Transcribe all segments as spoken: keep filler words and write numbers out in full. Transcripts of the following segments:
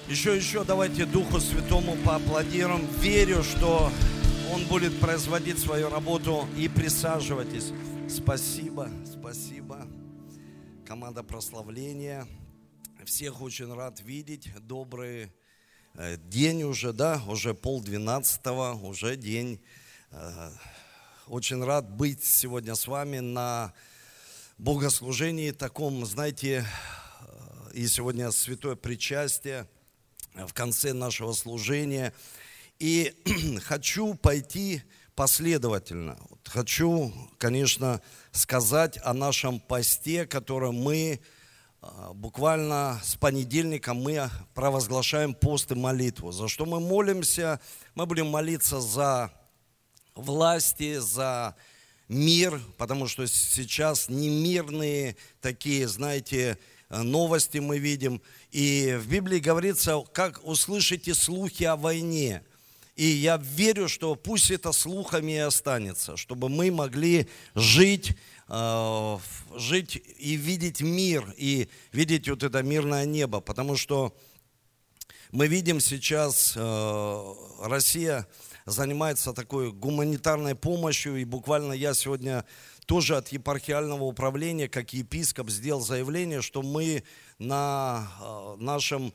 Еще, еще давайте Духу Святому поаплодируем. Верю, что Он будет производить свою работу. И присаживайтесь. Спасибо, спасибо. Команда прославления. Всех очень рад видеть. Добрый день уже, да, уже полдвенадцатого, уже день. Очень рад быть сегодня с вами на богослужении таком, знаете, и сегодня святое причастие в конце нашего служения. И хочу пойти последовательно. Хочу, конечно, сказать о нашем посте, который мы буквально с понедельника мы провозглашаем пост и молитву. За что мы молимся? Мы будем молиться за власти, за мир, потому что сейчас немирные такие, знаете, новости мы видим. И в Библии говорится, как услышите слухи о войне. И я верю, что пусть это слухами и останется, чтобы мы могли жить, э, жить и видеть мир, и видеть вот это мирное небо. Потому что мы видим сейчас, э, Россия занимается такой гуманитарной помощью, и буквально я сегодня тоже от епархиального управления, как епископ, сделал заявление, что мы на нашем,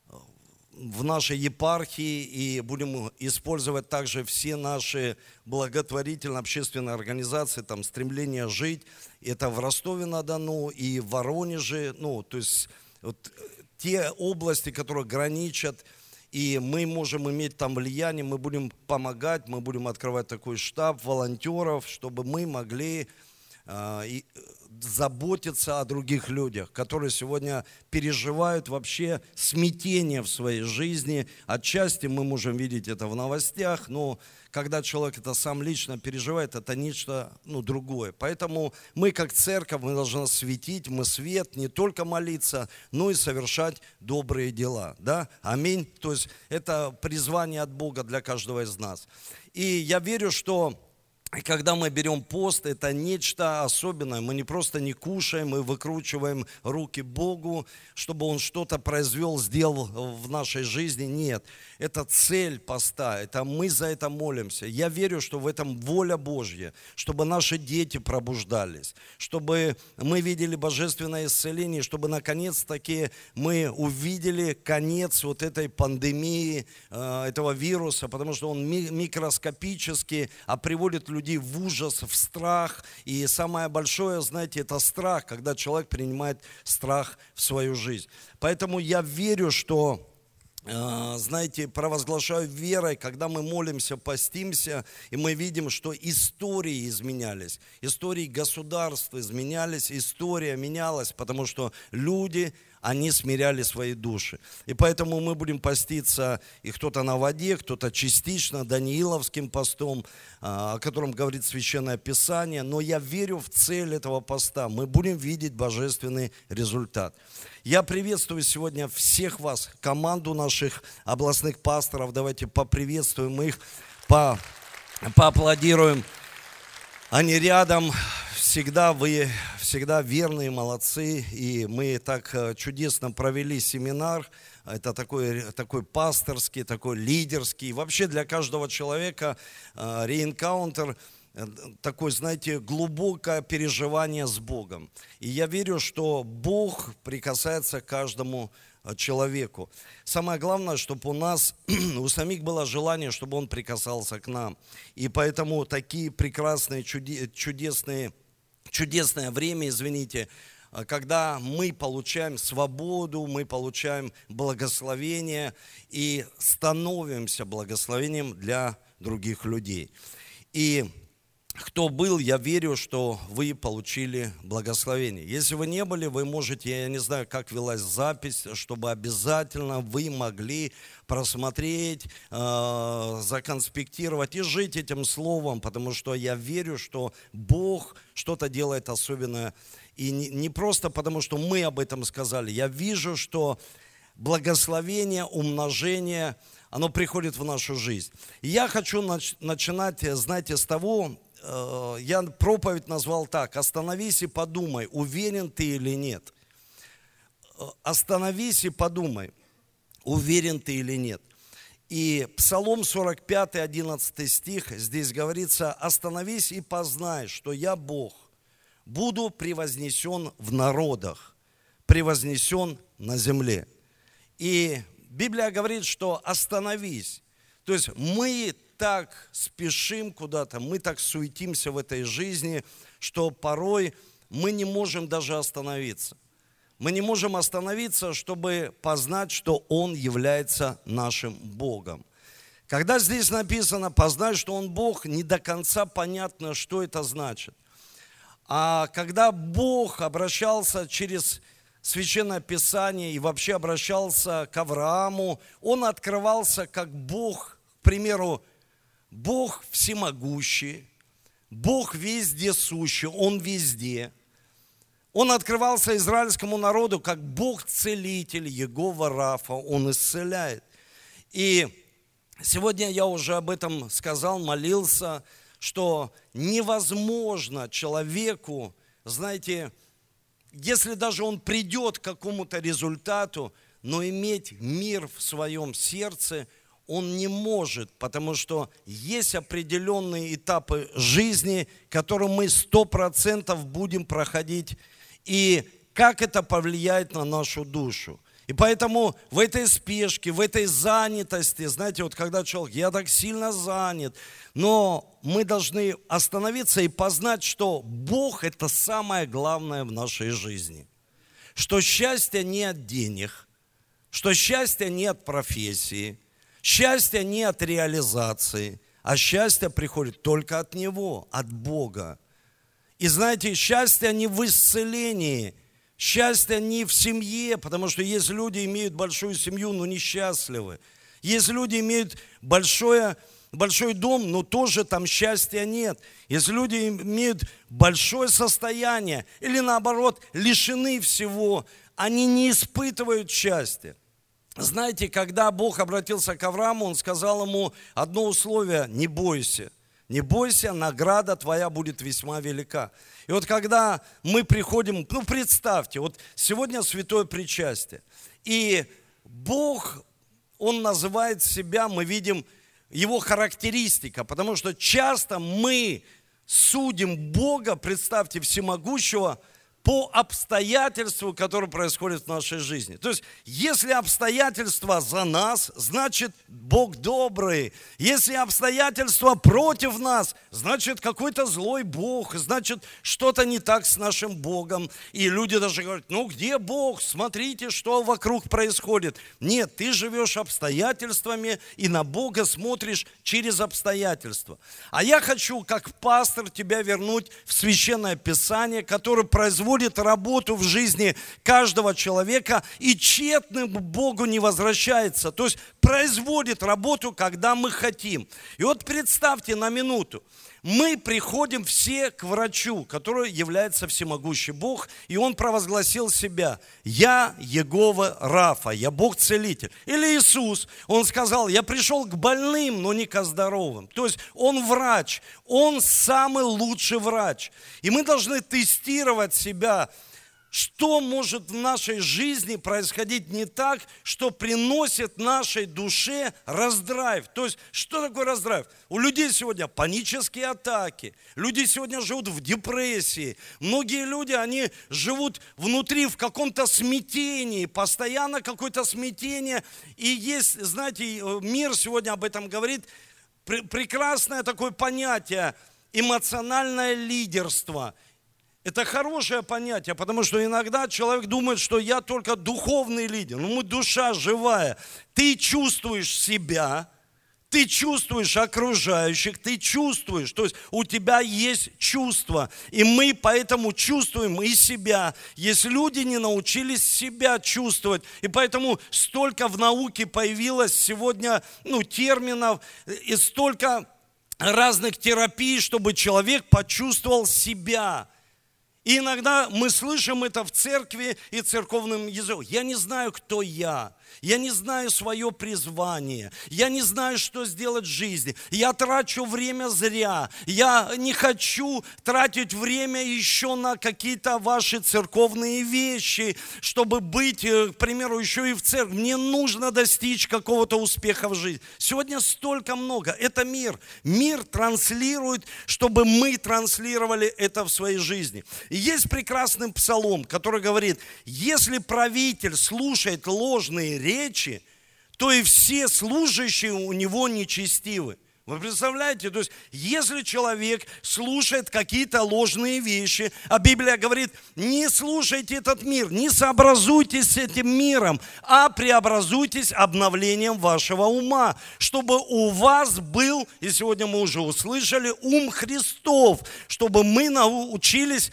в нашей епархии и будем использовать также все наши благотворительные общественные организации, там «Стремление жить», это в Ростове-на-Дону и в Воронеже, ну, то есть вот те области, которые граничат, и мы можем иметь там влияние, мы будем помогать, мы будем открывать такой штаб волонтеров, чтобы мы могли э, и заботиться о других людях, которые сегодня переживают вообще смятение в своей жизни. Отчасти мы можем видеть это в новостях, но когда человек это сам лично переживает, это нечто ну, другое. Поэтому мы как церковь, мы должны светить, мы свет, не только молиться, но и совершать добрые дела. Да? Аминь. То есть это призвание от Бога для каждого из нас. И я верю, что когда мы берем пост, это нечто особенное. Мы не просто не кушаем, мы выкручиваем руки Богу, чтобы Он что-то произвел, сделал в нашей жизни. Нет, это цель поста, это мы за это молимся. Я верю, что в этом воля Божья, чтобы наши дети пробуждались, чтобы мы видели божественное исцеление, чтобы наконец-таки мы увидели конец вот этой пандемии, этого вируса, потому что он микроскопический, а приводит людей людей в ужас, в страх. И самое большое, знаете, это страх, когда человек принимает страх в свою жизнь. Поэтому я верю, что, знаете, провозглашаю верой, когда мы молимся, постимся, и мы видим, что истории изменялись, истории государств изменялись, история менялась, потому что люди, они смиряли свои души. И поэтому мы будем поститься, и кто-то на воде, кто-то частично, Данииловским постом, о котором говорит Священное Писание. Но я верю в цель этого поста. Мы будем видеть божественный результат. Я приветствую сегодня всех вас, команду наших областных пасторов. Давайте поприветствуем их, по, поаплодируем. Они рядом. Всегда вы, всегда верные, молодцы, и мы так чудесно провели семинар, это такой, такой пасторский, такой лидерский, вообще для каждого человека реэнкаунтер, такое, знаете, глубокое переживание с Богом. И я верю, что Бог прикасается к каждому человеку. Самое главное, чтобы у нас, у самих было желание, чтобы Он прикасался к нам. И поэтому такие прекрасные, чудесные Чудесное время, извините, когда мы получаем свободу, мы получаем благословение и становимся благословением для других людей. И кто был, я верю, что вы получили благословение. Если вы не были, вы можете, я не знаю, как велась запись, чтобы обязательно вы могли просмотреть, э, законспектировать и жить этим словом, потому что я верю, что Бог что-то делает особенное. И не, не просто потому, что мы об этом сказали. Я вижу, что благословение, умножение, оно приходит в нашу жизнь. И я хочу нач- начинать, знаете, с того, э, я проповедь назвал так: «Остановись и подумай, уверен ты или нет». Остановись и подумай. уверен ты или нет. И Псалом сорок пять, одиннадцатый стих, здесь говорится: «Остановись и познай, что я Бог, буду превознесен в народах, превознесен на земле». И Библия говорит, что остановись. То есть мы так спешим куда-то, мы так суетимся в этой жизни, что порой мы не можем даже остановиться. Мы не можем остановиться, чтобы познать, что Он является нашим Богом. Когда здесь написано «познай, что Он Бог», не до конца понятно, что это значит. А когда Бог обращался через Священное Писание и вообще обращался к Аврааму, Он открывался как Бог, к примеру, Бог всемогущий, Бог вездесущий, Он везде. Он открывался израильскому народу как Бог-целитель, Егова Рафа, Он исцеляет. И сегодня я уже об этом сказал, молился, что невозможно человеку, знаете, если даже он придет к какому-то результату, но иметь мир в своем сердце он не может, потому что есть определенные этапы жизни, которые мы сто процентов будем проходить, и как это повлияет на нашу душу. И поэтому в этой спешке, в этой занятости, знаете, вот когда человек, я так сильно занят, но мы должны остановиться и познать, что Бог – это самое главное в нашей жизни. Что счастье не от денег, что счастье не от профессии, счастье не от реализации, а счастье приходит только от Него, от Бога. И знаете, счастье не в исцелении, счастье не в семье, потому что есть люди, имеют большую семью, но несчастливы. Есть люди, имеют большое, большой дом, но тоже там счастья нет. Есть люди, имеют большое состояние или наоборот, лишены всего, они не испытывают счастья. Знаете, когда Бог обратился к Аврааму, Он сказал ему одно условие: не бойся. Не бойся, награда твоя будет весьма велика. И вот когда мы приходим, ну представьте, вот сегодня святое причастие. И Бог, Он называет себя, мы видим Его характеристика, потому что часто мы судим Бога, представьте, всемогущего, по обстоятельству, которое происходит в нашей жизни. То есть, если обстоятельства за нас, значит, Бог добрый. Если обстоятельства против нас, значит, какой-то злой Бог, значит, что-то не так с нашим Богом. И люди даже говорят: ну, где Бог? Смотрите, что вокруг происходит. Нет, ты живешь обстоятельствами и на Бога смотришь через обстоятельства. А я хочу, как пастор, тебя вернуть в Священное Писание, которое производит работу в жизни каждого человека и тщетным к Богу не возвращается. То есть производит работу, когда мы хотим. И вот представьте на минуту, мы приходим все к врачу, который является всемогущий Бог, и Он провозгласил себя: я Егова Рафа, я Бог-целитель. Или Иисус, Он сказал: я пришел к больным, но не ко здоровым. То есть Он врач, Он самый лучший врач. И мы должны тестировать себя, что может в нашей жизни происходить не так, что приносит нашей душе раздрайв. То есть, что такое раздрайв? У людей сегодня панические атаки, люди сегодня живут в депрессии. Многие люди, они живут внутри в каком-то смятении, постоянно какое-то смятение. И есть, знаете, мир сегодня об этом говорит, прекрасное такое понятие – эмоциональное лидерство. Это хорошее понятие, потому что иногда человек думает, что я только духовный лидер. Ну, мы душа живая. Ты чувствуешь себя, ты чувствуешь окружающих, ты чувствуешь. То есть у тебя есть чувства. И мы поэтому чувствуем и себя. Есть люди, не научились себя чувствовать. И поэтому столько в науке появилось сегодня ну, терминов и столько разных терапий, чтобы человек почувствовал себя. И иногда мы слышим это в церкви и церковном языке. Я не знаю, кто я. Я не знаю свое призвание. Я не знаю, что сделать в жизни. Я трачу время зря. Я не хочу тратить время еще на какие-то ваши церковные вещи, чтобы быть, к примеру, еще и в церкви. Мне нужно достичь какого-то успеха в жизни. Сегодня столько много. Это мир. Мир транслирует, чтобы мы транслировали это в своей жизни. И есть прекрасный псалом, который говорит: если правитель слушает ложные речи, речи, то и все служащие у него нечестивы. Вы представляете? То есть, если человек слушает какие-то ложные вещи, а Библия говорит: не слушайте этот мир, не сообразуйтесь с этим миром, а преобразуйтесь обновлением вашего ума, чтобы у вас был, и сегодня мы уже услышали, ум Христов, чтобы мы научились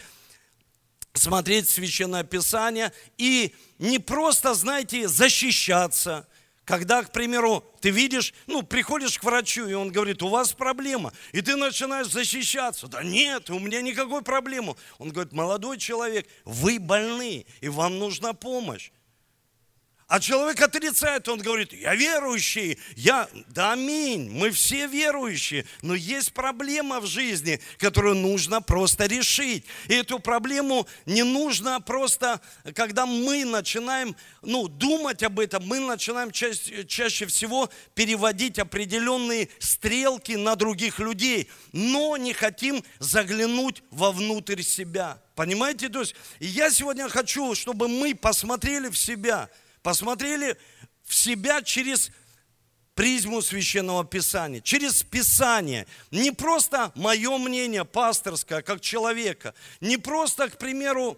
смотреть Священное Писание и не просто, знаете, защищаться. Когда, к примеру, ты видишь, ну, приходишь к врачу, и он говорит: у вас проблема. И ты начинаешь защищаться. Да нет, у меня никакой проблемы. Он говорит: молодой человек, вы больны, и вам нужна помощь. А человек отрицает, он говорит: я верующий, я, да аминь, мы все верующие, но есть проблема в жизни, которую нужно просто решить. И эту проблему не нужно просто, когда мы начинаем, ну, думать об этом, мы начинаем чаще, чаще всего переводить определенные стрелки на других людей, но не хотим заглянуть вовнутрь себя. Понимаете? То есть я сегодня хочу, чтобы мы посмотрели в себя, посмотрели в себя через призму Священного Писания, через Писание. Не просто мое мнение пасторское, как человека, не просто, к примеру,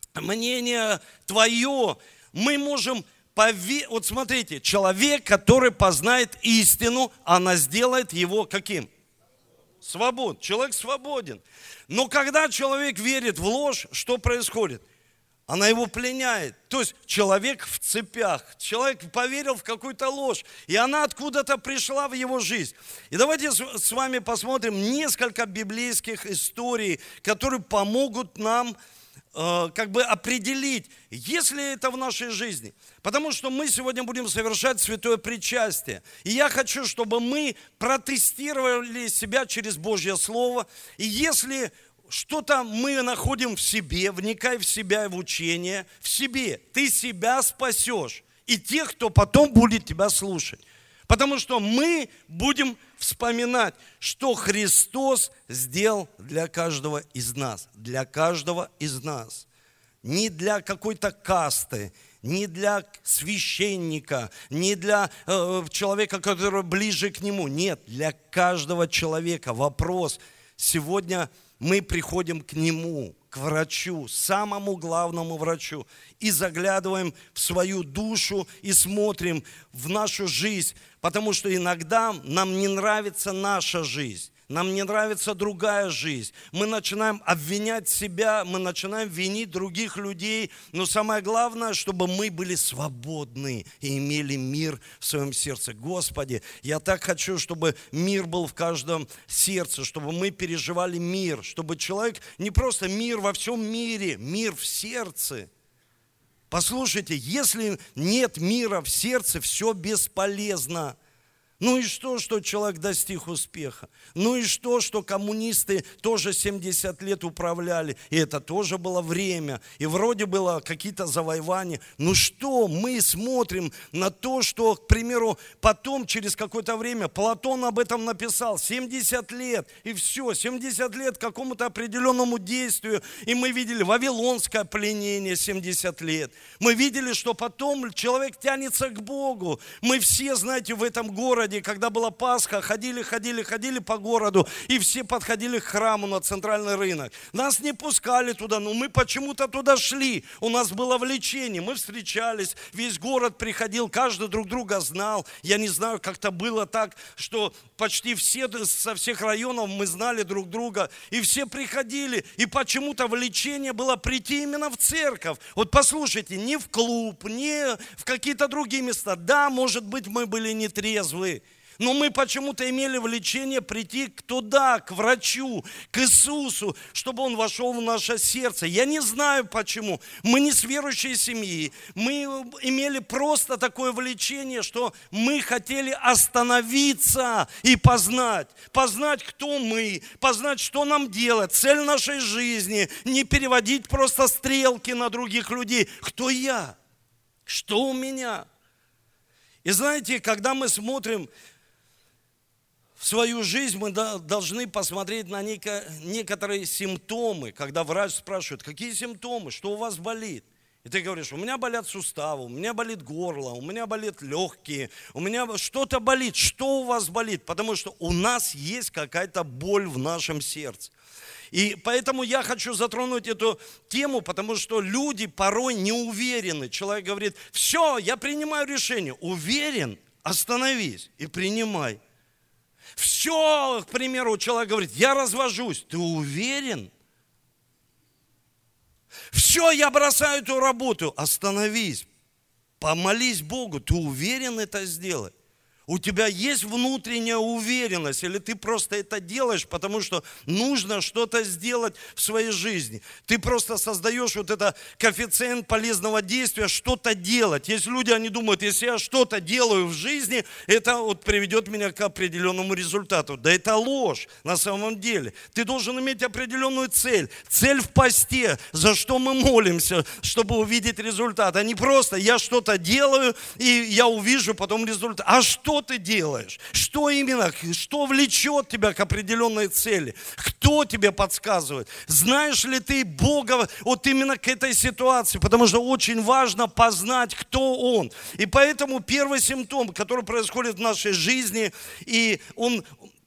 мнение твое. Мы можем поверить. Вот смотрите, человек, который познает истину, она сделает его каким? Свободен. Человек свободен. Но когда человек верит в ложь, что происходит? Она его пленяет. То есть человек в цепях. Человек поверил в какую-то ложь. И она откуда-то пришла в его жизнь. И давайте с вами посмотрим несколько библейских историй, которые помогут нам э, как бы определить, есть ли это в нашей жизни. Потому что мы сегодня будем совершать святое причастие. И я хочу, чтобы мы протестировали себя через Божье Слово. И если что-то мы находим в себе, вникай в себя и в учение, в себе. Ты себя спасешь и тех, кто потом будет тебя слушать. Потому что мы будем вспоминать, что Христос сделал для каждого из нас. Для каждого из нас. Не для какой-то касты, не для священника, не для э, человека, который ближе к нему. Нет, для каждого человека. Вопрос сегодня... Мы приходим к нему, к врачу, самому главному врачу, и заглядываем в свою душу и смотрим в нашу жизнь, потому что иногда нам не нравится наша жизнь. Нам не нравится другая жизнь. Мы начинаем обвинять себя, мы начинаем винить других людей. Но самое главное, чтобы мы были свободны и имели мир в своем сердце. Господи, я так хочу, чтобы мир был в каждом сердце, чтобы мы переживали мир, чтобы человек, не просто мир во всем мире, мир в сердце. Послушайте, если нет мира в сердце, все бесполезно. Ну и что, что человек достиг успеха? Ну и что, что коммунисты тоже семьдесят лет управляли, и это тоже было время, и вроде было какие-то завоевания. Ну что, мы смотрим на то, что, к примеру, потом, через какое-то время, Платон об этом написал, семьдесят лет, и все, семьдесят лет какому-то определенному действию, и мы видели вавилонское пленение семьдесят лет. Мы видели, что потом человек тянется к Богу. Мы все, знаете, в этом городе, когда была Пасха, ходили, ходили, ходили по городу, и все подходили к храму на центральный рынок. Нас не пускали туда, но мы почему-то туда шли. У нас было влечение, мы встречались, весь город приходил, каждый друг друга знал. Я не знаю, как-то было так, что почти все со всех районов мы знали друг друга, и все приходили, и почему-то влечение было прийти именно в церковь. Вот послушайте, не в клуб, не в какие-то другие места. Да, может быть, мы были нетрезвы, Но мы почему-то имели влечение прийти туда, к врачу, к Иисусу, чтобы Он вошел в наше сердце. Я не знаю почему. Мы не с верующей семьи. Мы имели просто такое влечение, что мы хотели остановиться и познать. Познать, кто мы, познать, что нам делать, цель нашей жизни. Не переводить просто стрелки на других людей. Кто я? Что у меня? И знаете, когда мы смотрим в свою жизнь, мы должны посмотреть на некоторые симптомы. Когда врач спрашивает, какие симптомы, что у вас болит? И ты говоришь, у меня болят суставы, у меня болит горло, у меня болят легкие, у меня что-то болит. Что у вас болит? Потому что у нас есть какая-то боль в нашем сердце. И поэтому я хочу затронуть эту тему, потому что люди порой не уверены. Человек говорит, все, я принимаю решение. Уверен? Остановись и принимай. Все, к примеру, человек говорит, я развожусь. Ты уверен? Все, я бросаю эту работу. Остановись, помолись Богу. Ты уверен это сделать? У тебя есть внутренняя уверенность, или ты просто это делаешь, потому что нужно что-то сделать в своей жизни. Ты просто создаешь вот это коэффициент полезного действия, что-то делать. Есть люди, они думают, если я что-то делаю в жизни, это вот приведет меня к определенному результату. Да это ложь на самом деле. Ты должен иметь определенную цель. Цель в посте, за что мы молимся, чтобы увидеть результат. А не просто я что-то делаю, и я увижу потом результат. А что ты делаешь? Что именно? Что влечет тебя к определенной цели? Кто тебе подсказывает? Знаешь ли ты Бога вот именно к этой ситуации? Потому что очень важно познать, кто Он. И поэтому первый симптом, который происходит в нашей жизни, и он,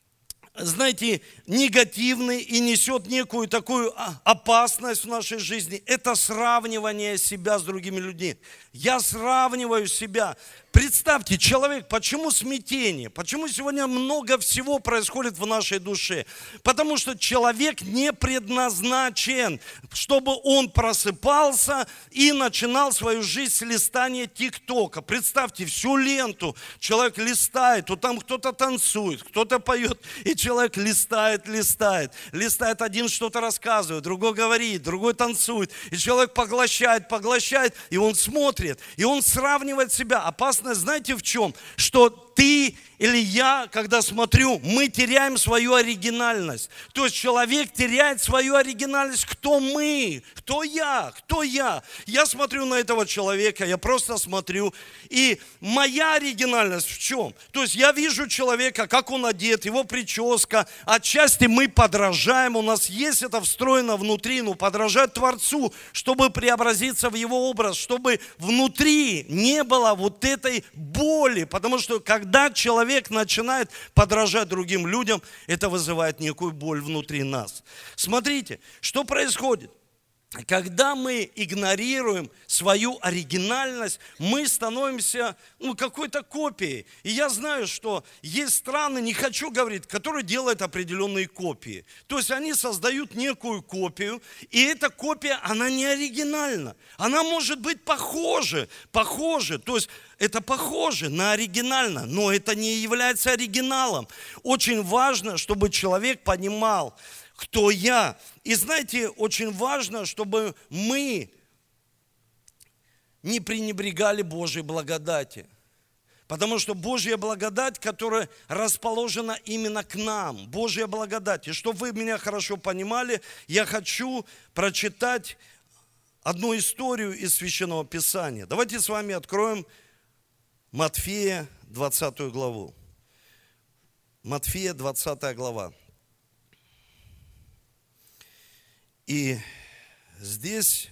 знаете, негативный и несет некую такую опасность в нашей жизни, это сравнивание себя с другими людьми. Я сравниваю себя. Представьте, человек, почему смятение? Почему сегодня много всего происходит в нашей душе? Потому что человек не предназначен, чтобы он просыпался и начинал свою жизнь с листания ТикТока. Представьте, всю ленту человек листает, то там кто-то танцует, кто-то поет, и человек листает, листает. Листает, один что-то рассказывает, другой говорит, другой танцует. И человек поглощает, поглощает, и он смотрит, и он сравнивает себя. Опасно, знаете в чем? Что ты или я, когда смотрю, мы теряем свою оригинальность. То есть человек теряет свою оригинальность. Кто мы? Кто я? Кто я? Я смотрю на этого человека, я просто смотрю. И моя оригинальность в чем? То есть я вижу человека, как он одет, его прическа. Отчасти мы подражаем, у нас есть это встроено внутри, ну подражать Творцу, чтобы преобразиться в его образ, чтобы внутри не было вот этой боли. Потому что когда человек Человек начинает подражать другим людям, это вызывает некую боль внутри нас. Смотрите, что происходит. Когда мы игнорируем свою оригинальность, мы становимся ну, какой-то копией. И я знаю, что есть страны, не хочу говорить, которые делают определенные копии. То есть они создают некую копию, и эта копия, она не оригинальна. Она может быть похожа, похожа. То есть это похоже на оригинально, но это не является оригиналом. Очень важно, чтобы человек понимал, кто я. И знаете, очень важно, чтобы мы не пренебрегали Божьей благодати. Потому что Божья благодать, которая расположена именно к нам, Божья благодать. И чтобы вы меня хорошо понимали, я хочу прочитать одну историю из Священного Писания. Давайте с вами откроем Матфея, двадцатую главу. Матфея, двадцатая глава. И здесь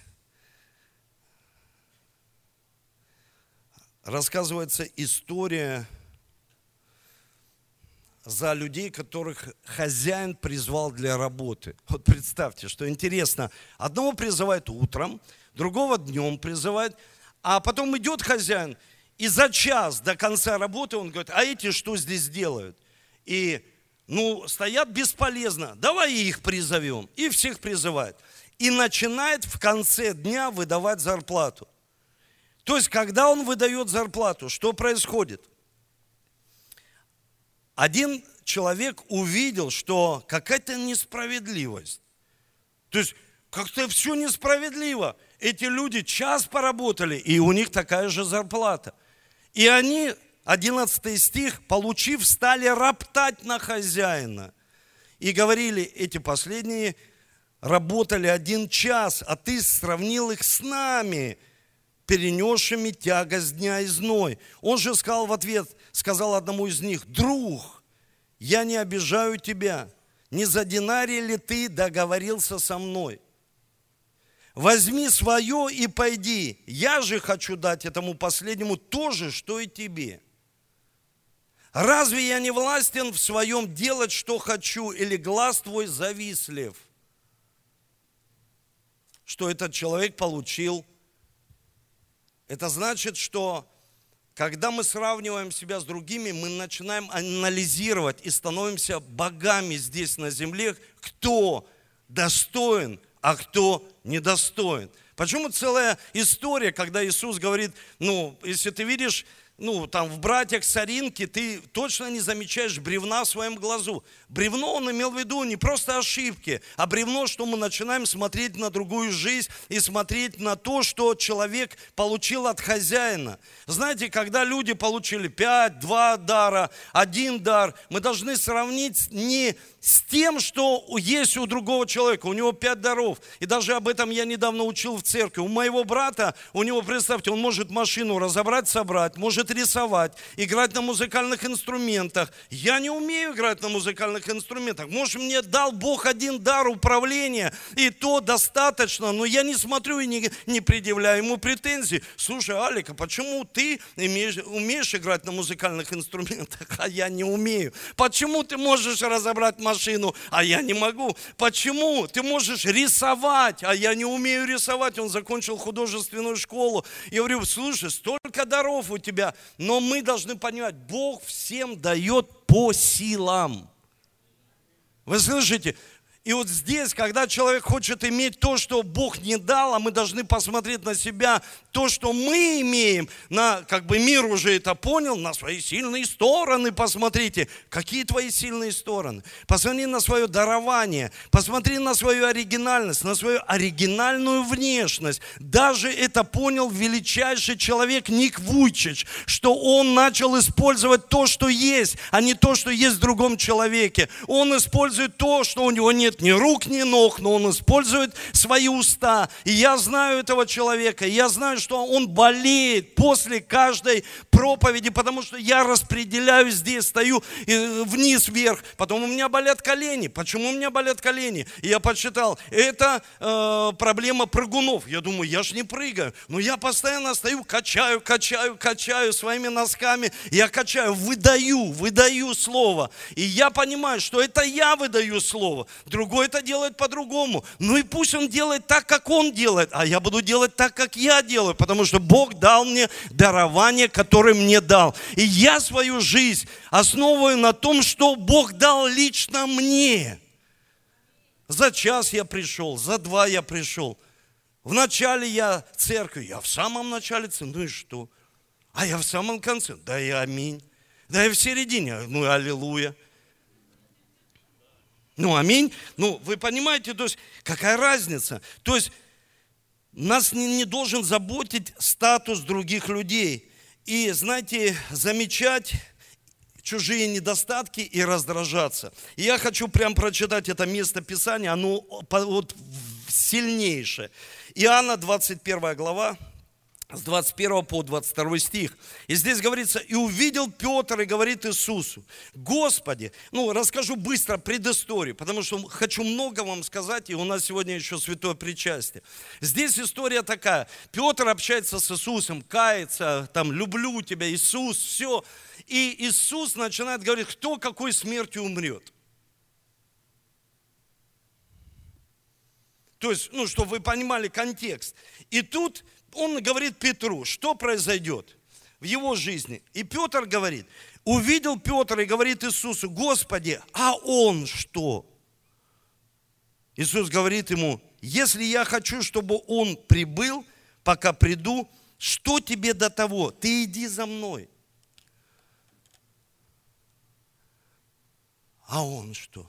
рассказывается история за людей, которых хозяин призвал для работы. Вот представьте, что интересно. Одного призывает утром, другого днем призывает, а потом идет хозяин, и за час до конца работы он говорит, а эти что здесь делают? И ну, стоят бесполезно, давай их призовем. И всех призывает. И начинает в конце дня выдавать зарплату. То есть, когда он выдает зарплату, что происходит? один человек увидел, что какая-то несправедливость. То есть как-то все несправедливо. Эти люди час поработали, и у них такая же зарплата. И они, одиннадцатый стих, получив, стали роптать на хозяина. И говорили, эти последние работали один час, а ты сравнил их с нами, перенесшими тягость дня и зной. Он же сказал в ответ, сказал одному из них: друг, я не обижаю тебя, не за динарий ли ты договорился со мной? Возьми свое и пойди, я же хочу дать этому последнему то же, что и тебе. Разве я не властен в своем делать, что хочу, или глаз твой завистлив? Что этот человек получил? Это значит, что когда мы сравниваем себя с другими, мы начинаем анализировать и становимся богами здесь на земле, кто достоин, а кто недостоин. Почему целая история, когда Иисус говорит, ну, если ты видишь, ну, там в братьях соринки, ты точно не замечаешь бревна в своем глазу. Бревно он имел в виду не просто ошибки, а бревно, что мы начинаем смотреть на другую жизнь и смотреть на то, что человек получил от хозяина. Знаете, когда люди получили пять, два дара, один дар, мы должны сравнить не с тем, что есть у другого человека. У него пять даров. И даже об этом я недавно учил в церкви. У моего брата, у него, представьте, он может машину разобрать, собрать, может рисовать, играть на музыкальных инструментах. Я не умею играть на музыкальных инструментах. Может, мне дал Бог один дар управления, и то достаточно, но я не смотрю и не, не предъявляю ему претензий. Слушай, Алик, а почему ты имеешь, умеешь играть на музыкальных инструментах, а я не умею? Почему ты можешь разобрать машину, а я не могу? Почему ты можешь рисовать, а я не умею рисовать? Он закончил художественную школу. Я говорю, слушай, столько даров у тебя, но мы должны понимать, Бог всем дает по силам. Вы слышите? И вот здесь, когда человек хочет иметь то, что Бог не дал, а мы должны посмотреть на себя, то, что мы имеем, на, как бы мир уже это понял, на свои сильные стороны посмотрите. Какие твои сильные стороны? Посмотри на свое дарование, посмотри на свою оригинальность, на свою оригинальную внешность. Даже это понял величайший человек Ник Вуйчич, что он начал использовать то, что есть, а не то, что есть в другом человеке. Он использует то, что у него нет ни рук, ни ног, но он использует свои уста. И я знаю этого человека, я знаю, что он болеет после каждой проповеди, потому что я распределяю здесь, стою вниз, вверх, потом у меня болят колени. Почему у меня болят колени? И я подсчитал, это э, проблема прыгунов. Я думаю, я ж не прыгаю, но я постоянно стою, качаю, качаю, качаю своими носками, я качаю, выдаю, выдаю слово. И я понимаю, что это я выдаю слово. Другой это делает по-другому. Ну и пусть он делает так, как он делает, а я буду делать так, как я делаю, потому что Бог дал мне дарование, которое мне дал. И я свою жизнь основываю на том, что Бог дал лично мне. За час я пришел, за два я пришел. В начале я церкви, я в самом начале церкви, ну и что? А я в самом конце, да и аминь. Да и в середине, ну и аллилуйя. Ну, аминь. Ну, вы понимаете, то есть, какая разница? То есть, нас не, не должен заботить статус других людей. И, знаете, замечать чужие недостатки и раздражаться. И я хочу прям прочитать это место Писания, оно вот сильнейшее. Иоанна, двадцать первая глава. С двадцать первого по двадцать второй стих. И здесь говорится, и увидел Петр и говорит Иисусу, Господи, ну расскажу быстро предысторию, потому что хочу много вам сказать, и у нас сегодня еще святое причастие. Здесь история такая, Петр общается с Иисусом, кается, там, люблю тебя, Иисус, все. И Иисус начинает говорить, кто какой смертью умрет. То есть, ну, чтобы вы понимали контекст. И тут он говорит Петру, что произойдет в его жизни. И Петр говорит, увидел Петр и говорит Иисусу, Господи, а он что? Иисус говорит ему, если я хочу, чтобы он прибыл, пока приду, что тебе до того? Ты иди за мной. А он что?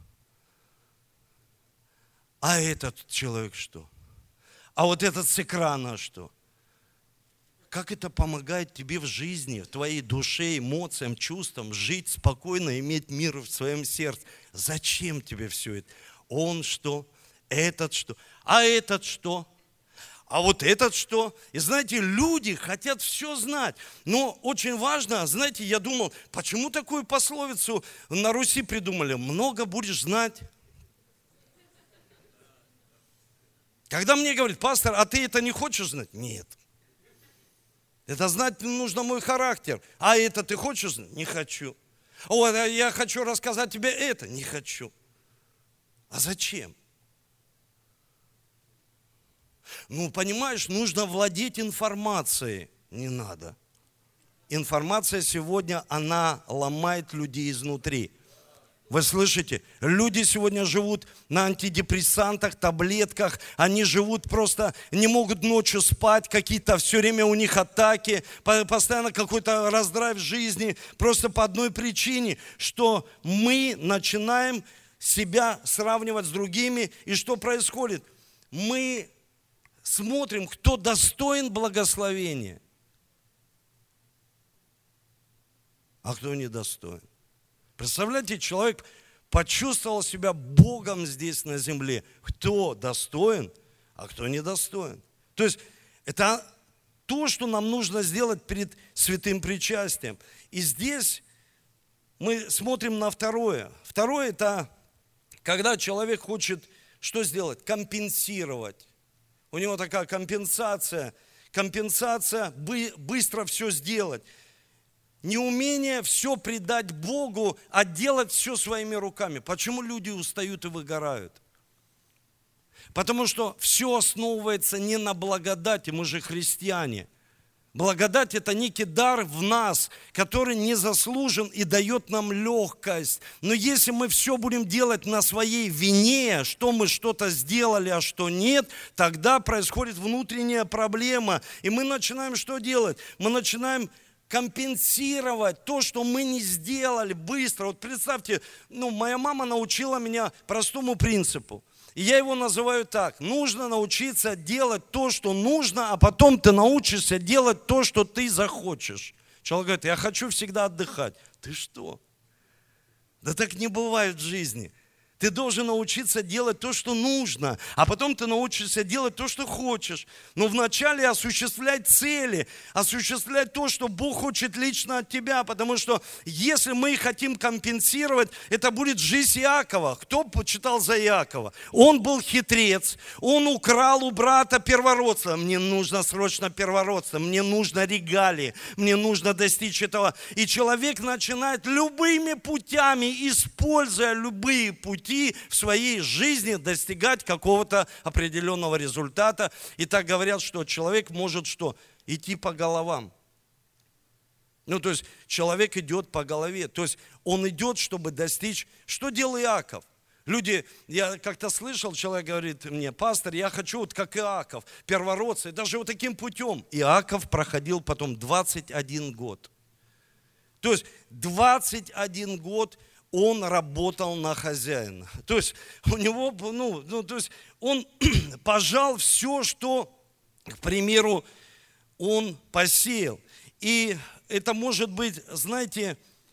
А этот человек что? А вот этот с экрана что? Как это помогает тебе в жизни, в твоей душе, эмоциям, чувствам, жить спокойно, иметь мир в своем сердце? Зачем тебе все это? Он что? Этот что? А этот что? А вот этот что? И знаете, люди хотят все знать. Но очень важно, знаете, я думал, почему такую пословицу на Руси придумали? Много будешь знать. Когда мне говорят, пастор, а ты это не хочешь знать? Нет. Это знать нужно мой характер. А это ты хочешь знать? Не хочу. О, я хочу рассказать тебе это. Не хочу. А зачем? Ну, понимаешь, нужно владеть информацией. Не надо. Информация сегодня, она ломает людей изнутри. Вы слышите? Люди сегодня живут на антидепрессантах, таблетках. Они живут просто, не могут ночью спать. Какие-то все время у них атаки. Постоянно какой-то раздрай в жизни. Просто по одной причине, что мы начинаем себя сравнивать с другими. И что происходит? Мы смотрим, кто достоин благословения, а кто недостоин. Представляете, человек почувствовал себя Богом здесь на земле. Кто достоин, а кто недостоин. То есть это то, что нам нужно сделать перед святым причастием. И здесь мы смотрим на второе. Второе – это когда человек хочет что сделать? Компенсировать. У него такая компенсация. Компенсация – быстро все сделать. Неумение все предать Богу, а делать все своими руками. Почему люди устают и выгорают? Потому что все основывается не на благодати, мы же христиане. Благодать – это некий дар в нас, который не заслужен и дает нам легкость. Но если мы все будем делать на своей вине, что мы что-то сделали, а что нет, тогда происходит внутренняя проблема. И мы начинаем что делать? Мы начинаем компенсировать то, что мы не сделали быстро. Вот представьте, ну, моя мама научила меня простому принципу. И я его называю так. Нужно научиться делать то, что нужно, а потом ты научишься делать то, что ты захочешь. Человек говорит, я хочу всегда отдыхать. Ты что? Да так не бывает в жизни. Ты должен научиться делать то, что нужно, а потом ты научишься делать то, что хочешь. Но вначале осуществлять цели, осуществлять то, что Бог хочет лично от тебя, потому что если мы хотим компенсировать, это будет жизнь Иакова. Кто почитал за Иакова? Он был хитрец, он украл у брата первородство. Мне нужно срочно первородство, мне нужно регалии, мне нужно достичь этого. И человек начинает любыми путями, используя любые пути, в своей жизни достигать какого-то определенного результата. И так говорят, что человек может что? Идти по головам. Ну, то есть человек идет по голове. То есть он идет, чтобы достичь. Что делал Иаков? Люди, я как-то слышал, человек говорит мне, пастор, я хочу вот как Иаков, первородцы, даже вот таким путем. Иаков проходил потом двадцать один год. То есть двадцать один год он работал на хозяина. То есть у него, ну, ну то есть он пожал все, что, к примеру, он посеял. И это может быть, знаете,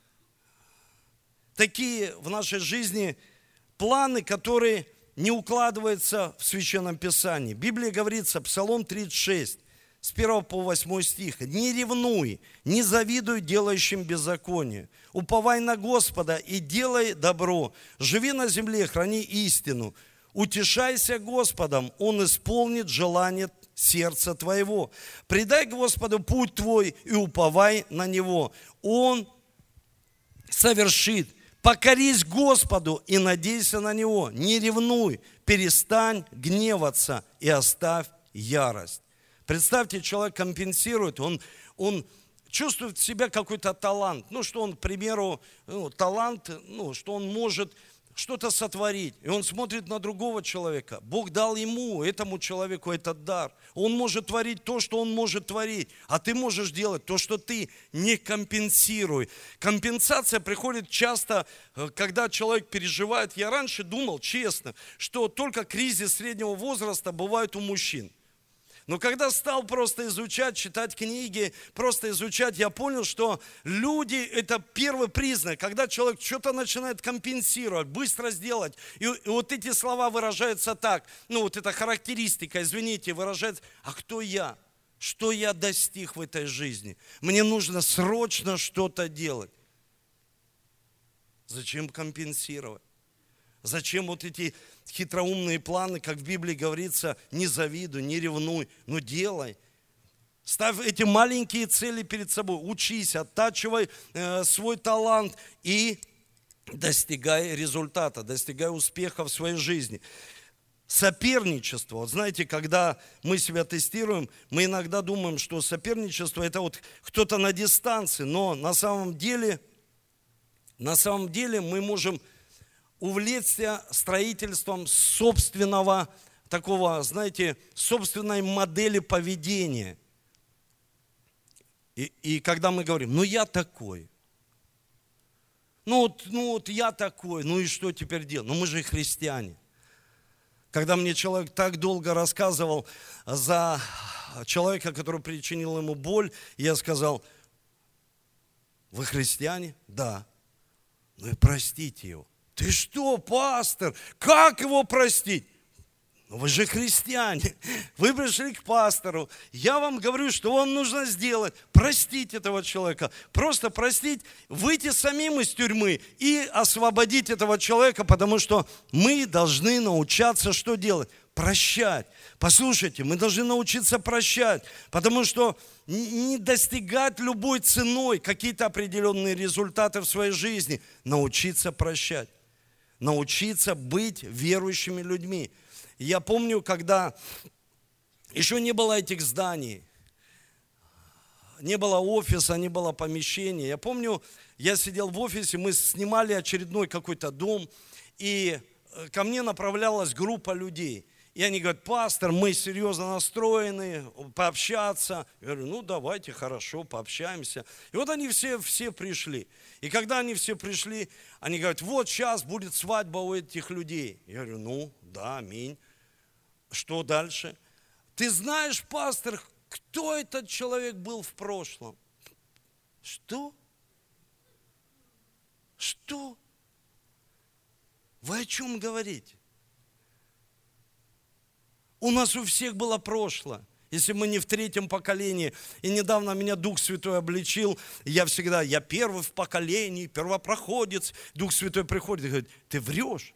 такие в нашей жизни планы, которые не укладываются в Священном Писании. В Библии говорится, Псалом тридцать шесть, с первого по восьмой стих. «Не ревнуй, не завидуй делающим беззаконие. Уповай на Господа и делай добро. Живи на земле, храни истину. Утешайся Господом, Он исполнит желание сердца твоего. Предай Господу путь твой и уповай на Него. Он совершит. Покорись Господу и надейся на Него. Не ревнуй, перестань гневаться и оставь ярость». Представьте, человек компенсирует, он, он чувствует в себе какой-то талант. Ну, что он, к примеру, ну, талант, ну, что он может что-то сотворить. И он смотрит на другого человека. Бог дал ему, этому человеку этот дар. Он может творить то, что он может творить. А ты можешь делать то, что ты не компенсируй. Компенсация приходит часто, когда человек переживает. Я раньше думал, честно, что только кризис среднего возраста бывает у мужчин. Но когда стал просто изучать, читать книги, просто изучать, я понял, что люди – это первый признак, когда человек что-то начинает компенсировать, быстро сделать. И, и вот эти слова выражаются так, ну вот эта характеристика, извините, выражается, а кто я? Что я достиг в этой жизни? Мне нужно срочно что-то делать. Зачем компенсировать? Зачем вот эти хитроумные планы, как в Библии говорится, не завидуй, не ревнуй, но делай. Ставь эти маленькие цели перед собой, учись, оттачивай э, свой талант и достигай результата, достигай успеха в своей жизни. Соперничество. Вот знаете, когда мы себя тестируем, мы иногда думаем, что соперничество это вот кто-то на дистанции, но на самом деле, на самом деле мы можем увлечься строительством собственного такого, знаете, собственной модели поведения. И, и когда мы говорим, ну я такой, ну вот, ну вот я такой, ну и что теперь делать? Ну мы же христиане. Когда мне человек так долго рассказывал за человека, который причинил ему боль, я сказал, вы христиане? Да. Ну и простите его. Ты что, пастор, как его простить? Ну вы же христиане, вы пришли к пастору. Я вам говорю, что вам нужно сделать. Простить этого человека. Просто простить, выйти самим из тюрьмы и освободить этого человека, потому что мы должны научаться что делать? Прощать. Послушайте, мы должны научиться прощать, потому что не достигать любой ценой какие-то определенные результаты в своей жизни. Научиться прощать. Научиться быть верующими людьми. Я помню, когда еще не было этих зданий, не было офиса, не было помещения. Я помню, я сидел в офисе, мы снимали очередной какой-то дом, и ко мне направлялась группа людей. И они говорят, пастор, мы серьезно настроены пообщаться. Я говорю, ну давайте, хорошо, пообщаемся. И вот они все, все пришли. И когда они все пришли, они говорят, вот сейчас будет свадьба у этих людей. Я говорю, ну да, аминь. Что дальше? Ты знаешь, пастор, кто этот человек был в прошлом? Что? Что? Вы о чем говорите? У нас у всех было прошлое. Если мы не в третьем поколении, и недавно меня Дух Святой обличил, я всегда, я первый в поколении, первопроходец. Дух Святой приходит и говорит, ты врешь.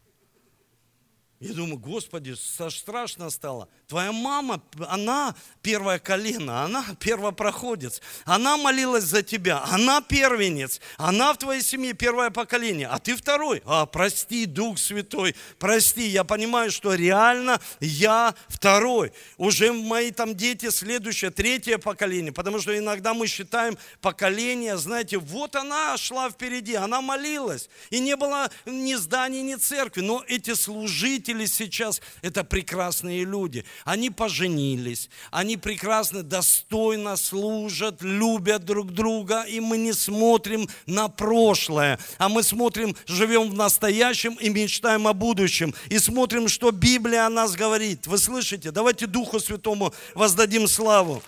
Я думаю, Господи, страшно стало. Твоя мама, она первое колено, она первопроходец. Она молилась за тебя, она первенец. Она в твоей семье первое поколение, а ты второй. А, прости, Дух Святой, прости. Я понимаю, что реально я второй. Уже мои там дети следующее, третье поколение. Потому что иногда мы считаем поколение, знаете, вот она шла впереди, она молилась. И не было ни зданий, ни церкви. Но эти служители сейчас это прекрасные люди. Они поженились, они прекрасно, достойно служат, любят друг друга, и мы не смотрим на прошлое, а мы смотрим, живем в настоящем и мечтаем о будущем, и смотрим, что Библия о нас говорит. Вы слышите? Давайте Духу Святому воздадим славу.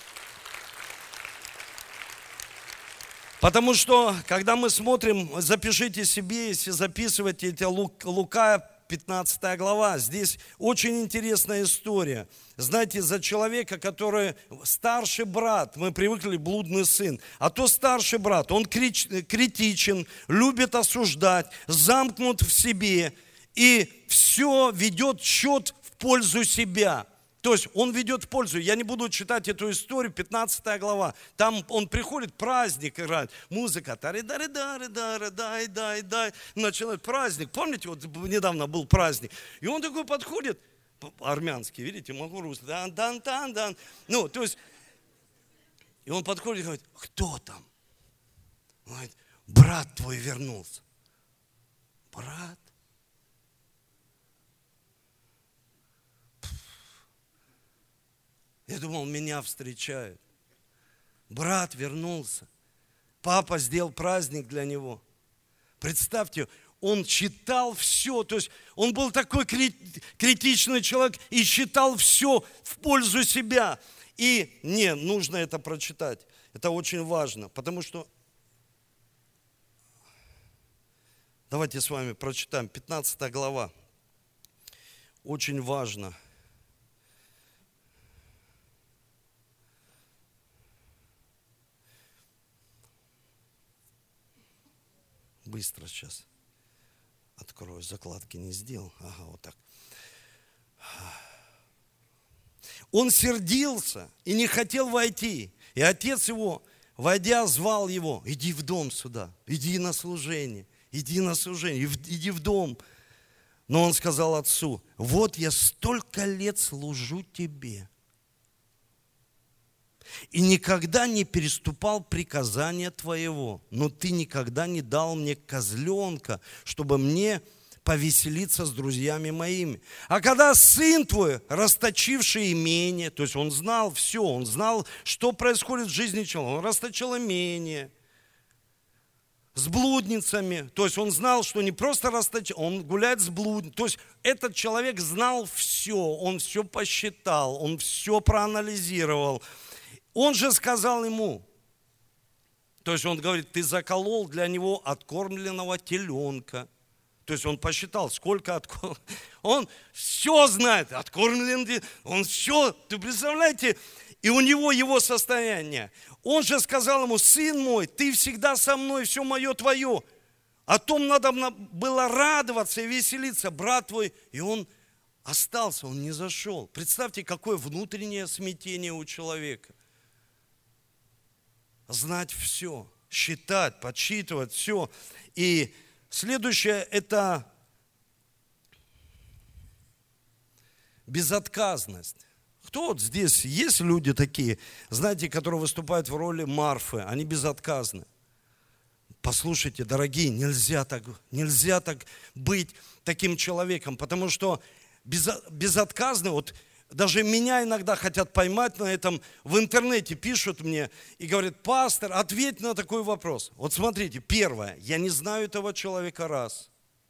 Потому что, когда мы смотрим, запишите себе, если записываете, это Лука, пятнадцатая глава. Здесь очень интересная история. Знаете, за человека, который старший брат, мы привыкли блудный сын, а то старший брат, он критичен, любит осуждать, замкнут в себе и все ведет счет в пользу себя. То есть он ведет в пользу. Я не буду читать эту историю, пятнадцатая глава. Там он приходит, праздник играет, музыка. Дай, дай, дай. Начинает праздник. Помните, вот недавно был праздник. И он такой подходит, армянский, видите, могу русский. Дан, дан, дан, дан. Ну, то есть, и он подходит и говорит, кто там? Он говорит, брат твой вернулся. брат. Я думал, меня встречают. Брат вернулся. Папа сделал праздник для него. Представьте, он читал все. То есть он был такой критичный человек и читал все в пользу себя. И не, нужно это прочитать. Это очень важно, потому что... Давайте с вами прочитаем. пятнадцатая глава. Очень важно. Быстро сейчас открою, закладки не сделал. Ага, вот так. Он сердился и не хотел войти. И отец его, войдя, звал его: иди в дом сюда, иди на служение, иди на служение, иди в дом. Но он сказал отцу: вот я столько лет служу тебе и никогда не переступал приказания твоего, но ты никогда не дал мне козленка, чтобы мне повеселиться с друзьями моими. А когда сын твой, расточивший имение, то есть он знал все, он знал, что происходит в жизни человека, он расточил имение с блудницами, то есть он знал, что не просто расточил, он гуляет с блудницами, то есть этот человек знал все, он все посчитал, он все проанализировал. Он же сказал ему, то есть он говорит, ты заколол для него откормленного теленка. То есть он посчитал, сколько откормлен. Он все знает, откормлен, он все, ты представляете, и у него его состояние. Он же сказал ему: сын мой, ты всегда со мной, все мое твое. О том надо было радоваться и веселиться, брат твой. И он остался, он не зашел. Представьте, какое внутреннее смятение у человека. Знать все, считать, подсчитывать все. И следующее – это безотказность. Кто вот здесь, есть люди такие, знаете, которые выступают в роли Марфы, они безотказны. Послушайте, дорогие, нельзя так, нельзя так быть таким человеком, потому что безотказны, вот даже меня иногда хотят поймать на этом, в интернете пишут мне и говорят: пастор, ответь на такой вопрос. Вот смотрите, первое, я не знаю этого человека, раз.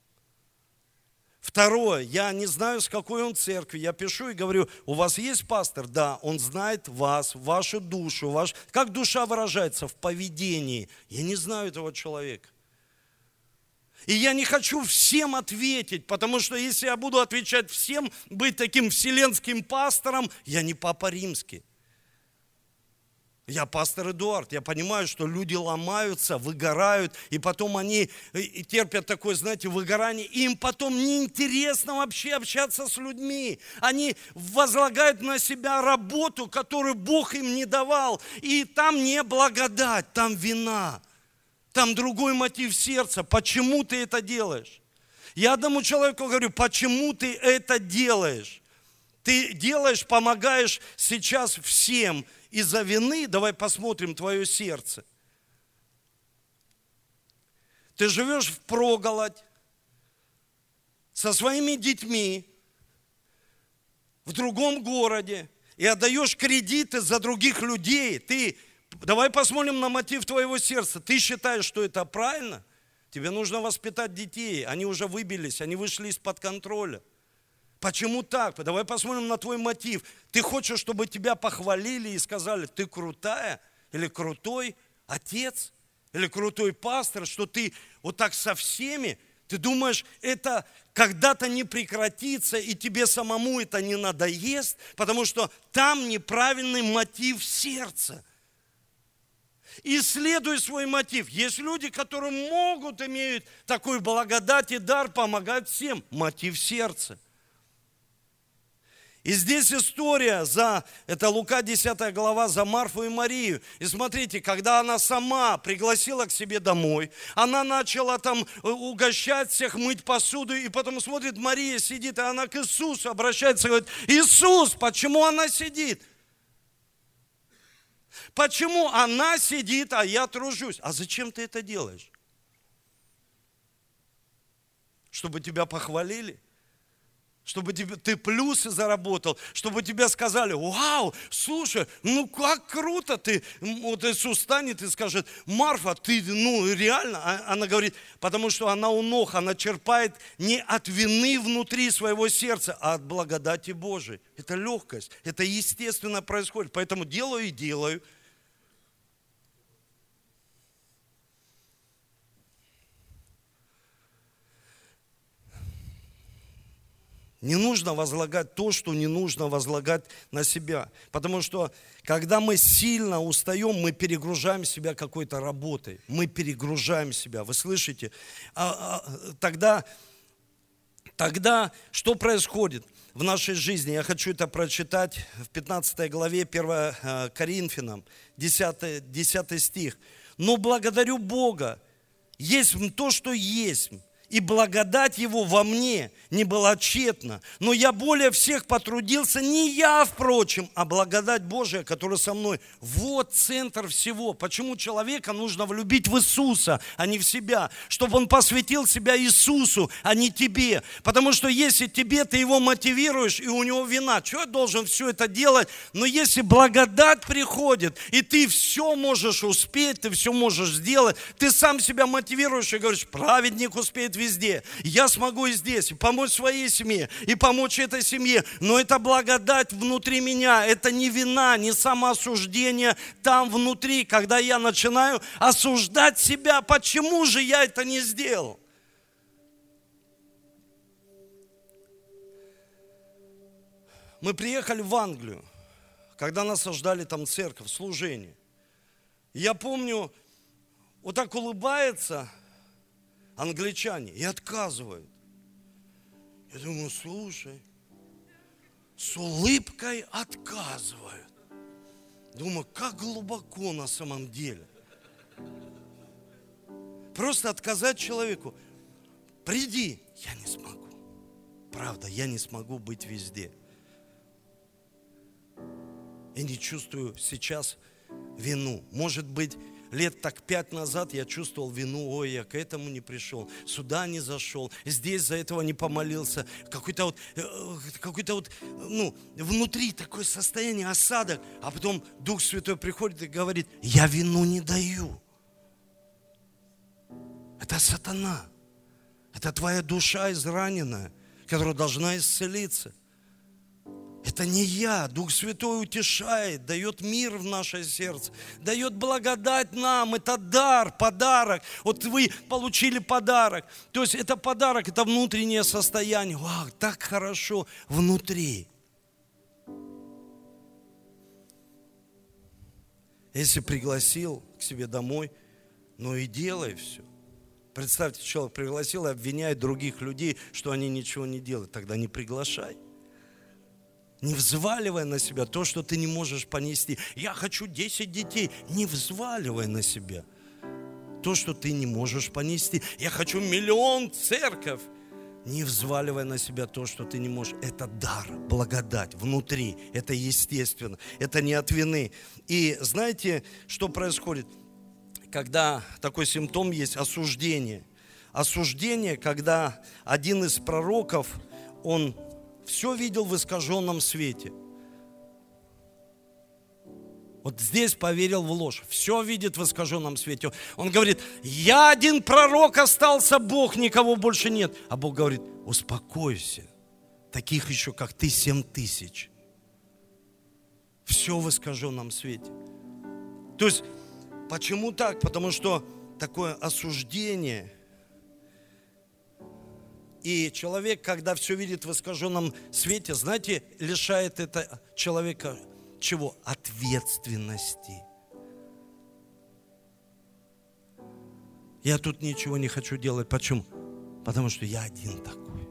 Второе, я не знаю, с какой он церкви. Я пишу и говорю: у вас есть пастор? Да, он знает вас, вашу душу. Ваш... Как душа выражается? В поведении. Я не знаю этого человека. И я не хочу всем ответить, потому что если я буду отвечать всем, быть таким вселенским пастором, я не папа римский. Я пастор Эдуард, я понимаю, что люди ломаются, выгорают, и потом они терпят такое, знаете, выгорание, и им потом неинтересно вообще общаться с людьми. Они возлагают на себя работу, которую Бог им не давал, и там не благодать, там вина, там другой мотив сердца. Почему ты это делаешь? Я одному человеку говорю: почему ты это делаешь? Ты делаешь, помогаешь сейчас всем из-за вины. Давай посмотрим твое сердце. Ты живешь впроголодь со своими детьми в другом городе и отдаешь кредиты за других людей. Ты, давай посмотрим на мотив твоего сердца. Ты считаешь, что это правильно? Тебе нужно воспитать детей. Они уже выбились, они вышли из-под контроля. Почему так? Давай посмотрим на твой мотив. Ты хочешь, чтобы тебя похвалили и сказали: ты крутая, или крутой отец, или крутой пастор, что ты вот так со всеми. Ты думаешь, это когда-то не прекратится, и тебе самому это не надоест, потому что там неправильный мотив сердца. Исследуй свой мотив. Есть люди, которые могут, имеют такой благодать и дар, помогать всем. Мотив сердца. И здесь история за, это Лука десятая глава, за Марфу и Марию. И смотрите, когда она сама пригласила к себе домой, она начала там угощать всех, мыть посуду, и потом смотрит, Мария сидит, и она к Иисусу обращается и говорит: Иисус, почему она сидит? Почему она сидит, а я тружусь? А зачем ты это делаешь? Чтобы тебя похвалили? Чтобы тебе, ты плюсы заработал, чтобы тебе сказали: вау, слушай, ну как круто ты. Вот Иисус станет и скажет: Марфа, ты, ну реально. Она говорит, потому что она у ног, она черпает не от вины внутри своего сердца, а от благодати Божией. Это легкость, это естественно происходит. Поэтому делаю и делаю. Не нужно возлагать то, что не нужно возлагать на себя. Потому что, когда мы сильно устаем, мы перегружаем себя какой-то работой. Мы перегружаем себя. Вы слышите? А, а, тогда, тогда что происходит в нашей жизни? Я хочу это прочитать в пятнадцатой главе первое Коринфянам, десятый, десятый стих. «Но благодарю Бога, есть то, что есть». И благодать Его во мне не была тщетна. Но я более всех потрудился, не я, впрочем, а благодать Божия, которая со мной. Вот центр всего. Почему человека нужно влюбить в Иисуса, а не в себя? Чтобы он посвятил себя Иисусу, а не тебе. Потому что если тебе, ты его мотивируешь, и у него вина, что я должен все это делать? Но если благодать приходит, и ты все можешь успеть, ты все можешь сделать, ты сам себя мотивируешь и говоришь: праведник успеет везде. Я смогу и здесь, и помочь своей семье, и помочь этой семье. Но это благодать внутри меня. Это не вина, не самоосуждение там внутри, когда я начинаю осуждать себя. Почему же я это не сделал? Мы приехали в Англию, когда нас ожидали там церковь, служение. Я помню, вот так улыбается англичане и отказывают. Я думаю: слушай, с улыбкой отказывают. Думаю, как глубоко на самом деле. Просто отказать человеку: приди. Я не смогу. Правда, я не смогу быть везде. Я не чувствую сейчас вину. Может быть, лет так пять назад я чувствовал вину: ой, я к этому не пришел, сюда не зашел, здесь за этого не помолился. Какой-то вот, какой-то вот, ну, внутри такое состояние, осадок. А потом Дух Святой приходит и говорит: я вину не даю. Это сатана. Это твоя душа израненная, которая должна исцелиться. Это не я. Дух Святой утешает, дает мир в наше сердце, дает благодать нам. Это дар, подарок. Вот вы получили подарок. То есть это подарок, это внутреннее состояние. Вау, так хорошо внутри. Если пригласил к себе домой, ну и делай все. Представьте, человек пригласил и обвиняет других людей, что они ничего не делают. Тогда не приглашай. Не взваливай на себя то, что ты не можешь понести. Я хочу десять детей. Не взваливай на себя то, что ты не можешь понести. Я хочу миллион церковь. Не взваливай на себя то, что ты не можешь. Это дар, благодать внутри. Это естественно. Это не от вины. И знаете, что происходит, когда такой симптом есть? Осуждение. Осуждение, когда один из пророков, он все видел в искаженном свете. Вот здесь поверил в ложь. Все видит в искаженном свете. Он говорит: я один пророк остался, Бог, никого больше нет. А Бог говорит: успокойся. Таких еще, как ты, семь тысяч. Все в искаженном свете. То есть, почему так? Потому что такое осуждение. И человек, когда все видит в искаженном свете, знаете, лишает это человека чего? Ответственности. Я тут ничего не хочу делать. Почему? Потому что я один такой.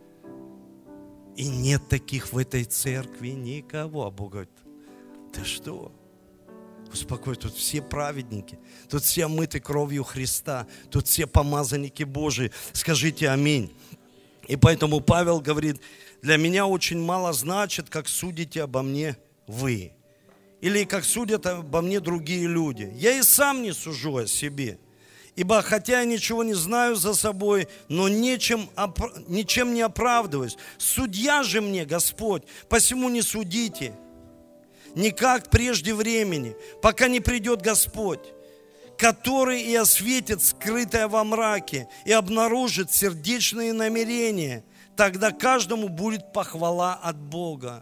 И нет таких в этой церкви никого. А Бог говорит: ты что? Успокой, тут все праведники, тут все омыты кровью Христа, тут все помазанники Божии. Скажите аминь. И поэтому Павел говорит: для меня очень мало значит, как судите обо мне вы. Или как судят обо мне другие люди. Я и сам не сужу о себе. Ибо хотя я ничего не знаю за собой, но ничем, ничем не оправдываюсь. Судья же мне, Господь, посему не судите, никак прежде времени, пока не придет Господь, который и осветит скрытое во мраке и обнаружит сердечные намерения. Тогда каждому будет похвала от Бога.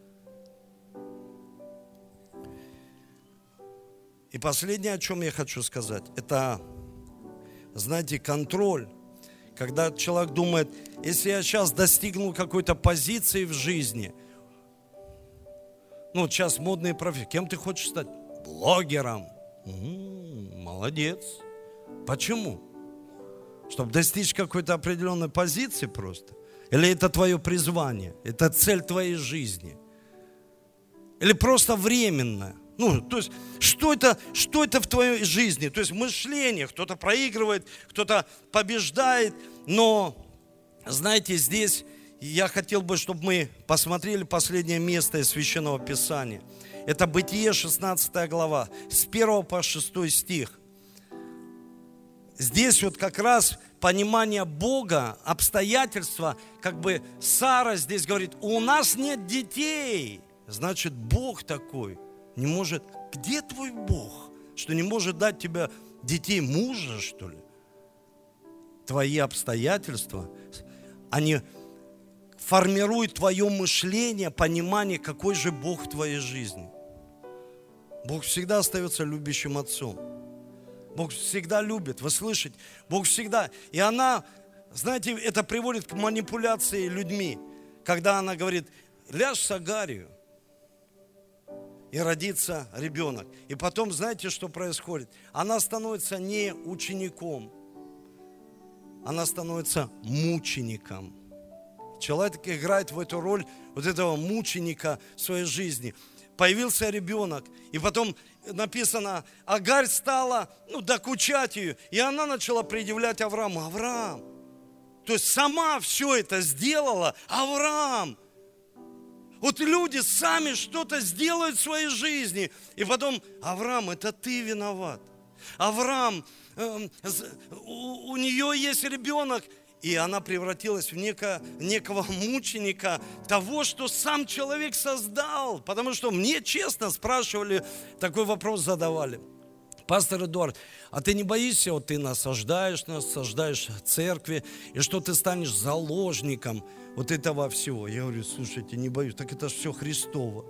И последнее, о чем я хочу сказать, это, знаете, контроль. Когда человек думает, если я сейчас достигну какой-то позиции в жизни, ну, вот сейчас модные профессии, кем ты хочешь стать? Блогером. М-м, молодец. Почему? Чтобы достичь какой-то определенной позиции просто? Или это твое призвание? Это цель твоей жизни? Или просто временное? Ну, то есть, что это, что это в твоей жизни? То есть, мышление, кто-то проигрывает, кто-то побеждает, но, знаете, здесь я хотел бы, чтобы мы посмотрели последнее место из Священного Писания. Это Бытие, шестнадцатая глава, с первого по шестой стих. Здесь вот как раз понимание Бога, обстоятельства, как бы Сара здесь говорит, у нас нет детей. Значит, Бог такой не может. Где твой Бог, что не может дать тебе детей, мужа, что ли? Твои обстоятельства, они формируют твое мышление, понимание, какой же Бог в твоей жизни. Бог всегда остается любящим отцом. Бог всегда любит, вы слышите? Бог всегда. И она, знаете, это приводит к манипуляции людьми, когда она говорит, ляжь с Агарью, и родится ребенок. И потом, знаете, что происходит? Она становится не учеником, она становится мучеником. Человек играет в эту роль вот этого мученика в своей жизни. Появился ребенок, и потом написано, Агарь стала, ну, докучать ее, и она начала предъявлять Аврааму, Авраам, то есть сама все это сделала, Авраам. Вот люди сами что-то сделают в своей жизни, и потом, Авраам, это ты виноват. Авраам, э, у, у нее есть ребенок, и она превратилась в неко, некого мученика того, что сам человек создал. Потому что мне честно спрашивали, такой вопрос задавали. Пастор Эдуард, а ты не боишься, вот ты насаждаешь нас, насаждаешь церкви, и что ты станешь заложником вот этого всего? Я говорю, слушайте, не боюсь, так это же все Христово.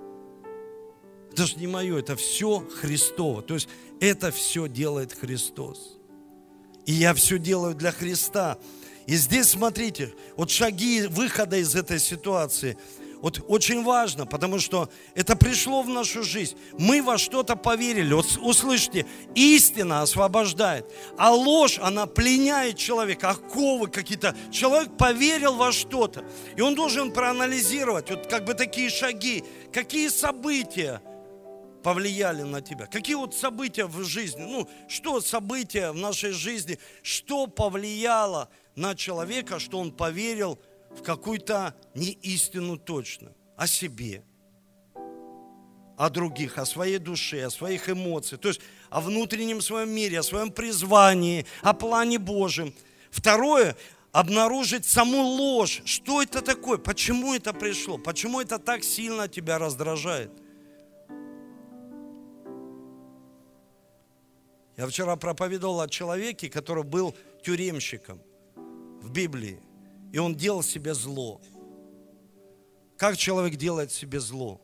Это же не мое, это все Христово. То есть это все делает Христос. И я все делаю для Христа. И здесь, смотрите, вот шаги выхода из этой ситуации, вот очень важно, потому что это пришло в нашу жизнь. Мы во что-то поверили. Вот услышьте, истина освобождает, а ложь, она пленяет человека, оковы какие-то. Человек поверил во что-то, и он должен проанализировать, вот как бы такие шаги, какие события повлияли на тебя? Какие вот события в жизни? Ну, что события в нашей жизни? Что повлияло на человека, что он поверил в какую-то не истину точно? О себе, о других, о своей душе, о своих эмоциях. То есть о внутреннем своем мире, о своем призвании, о плане Божьем. Второе, обнаружить саму ложь. Что это такое? Почему это пришло? Почему это так сильно тебя раздражает? Я вчера проповедовал о человеке, который был тюремщиком в Библии, и он делал себе зло. Как человек делает себе зло?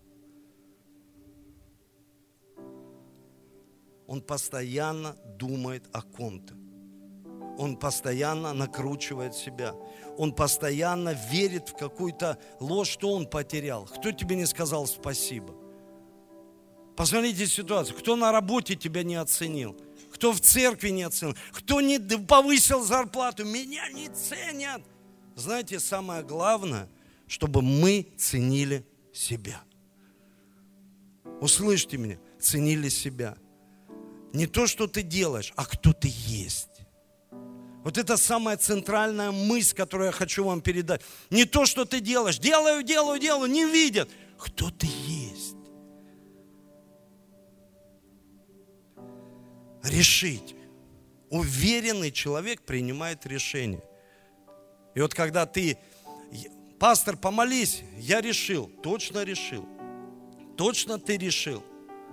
Он постоянно думает о ком-то. Он постоянно накручивает себя. Он постоянно верит в какую-то ложь, что он потерял. Кто тебе не сказал спасибо? Посмотрите ситуацию. Кто на работе тебя не оценил? Кто в церкви не оценил? Кто не повысил зарплату? Меня не ценят. Знаете, самое главное, чтобы мы ценили себя. Услышьте меня, ценили себя. Не то, что ты делаешь, а кто ты есть. Вот это самая центральная мысль, которую я хочу вам передать. Не то, что ты делаешь. Делаю, делаю, делаю, не видят. Кто ты есть. Решить, Уверенный человек принимает решение. И вот когда ты, пастор, помолись, я решил, точно решил. Точно ты решил.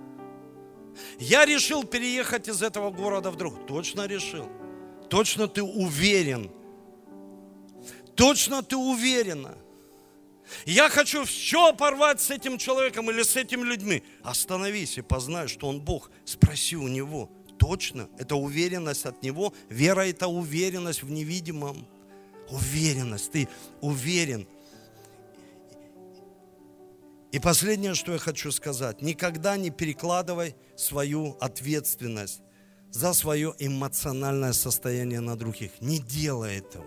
Я решил переехать из этого города в другой. Точно решил. Точно ты уверен. Точно ты уверена. Я хочу все порвать с этим человеком или с этими людьми. Остановись и познай, что он Бог. Спроси у него. Точно? Это уверенность от него. Вера – это уверенность в невидимом. Уверенность. Ты уверен. И последнее, что я хочу сказать. Никогда не перекладывай свою ответственность за свое эмоциональное состояние на других. Не делай этого.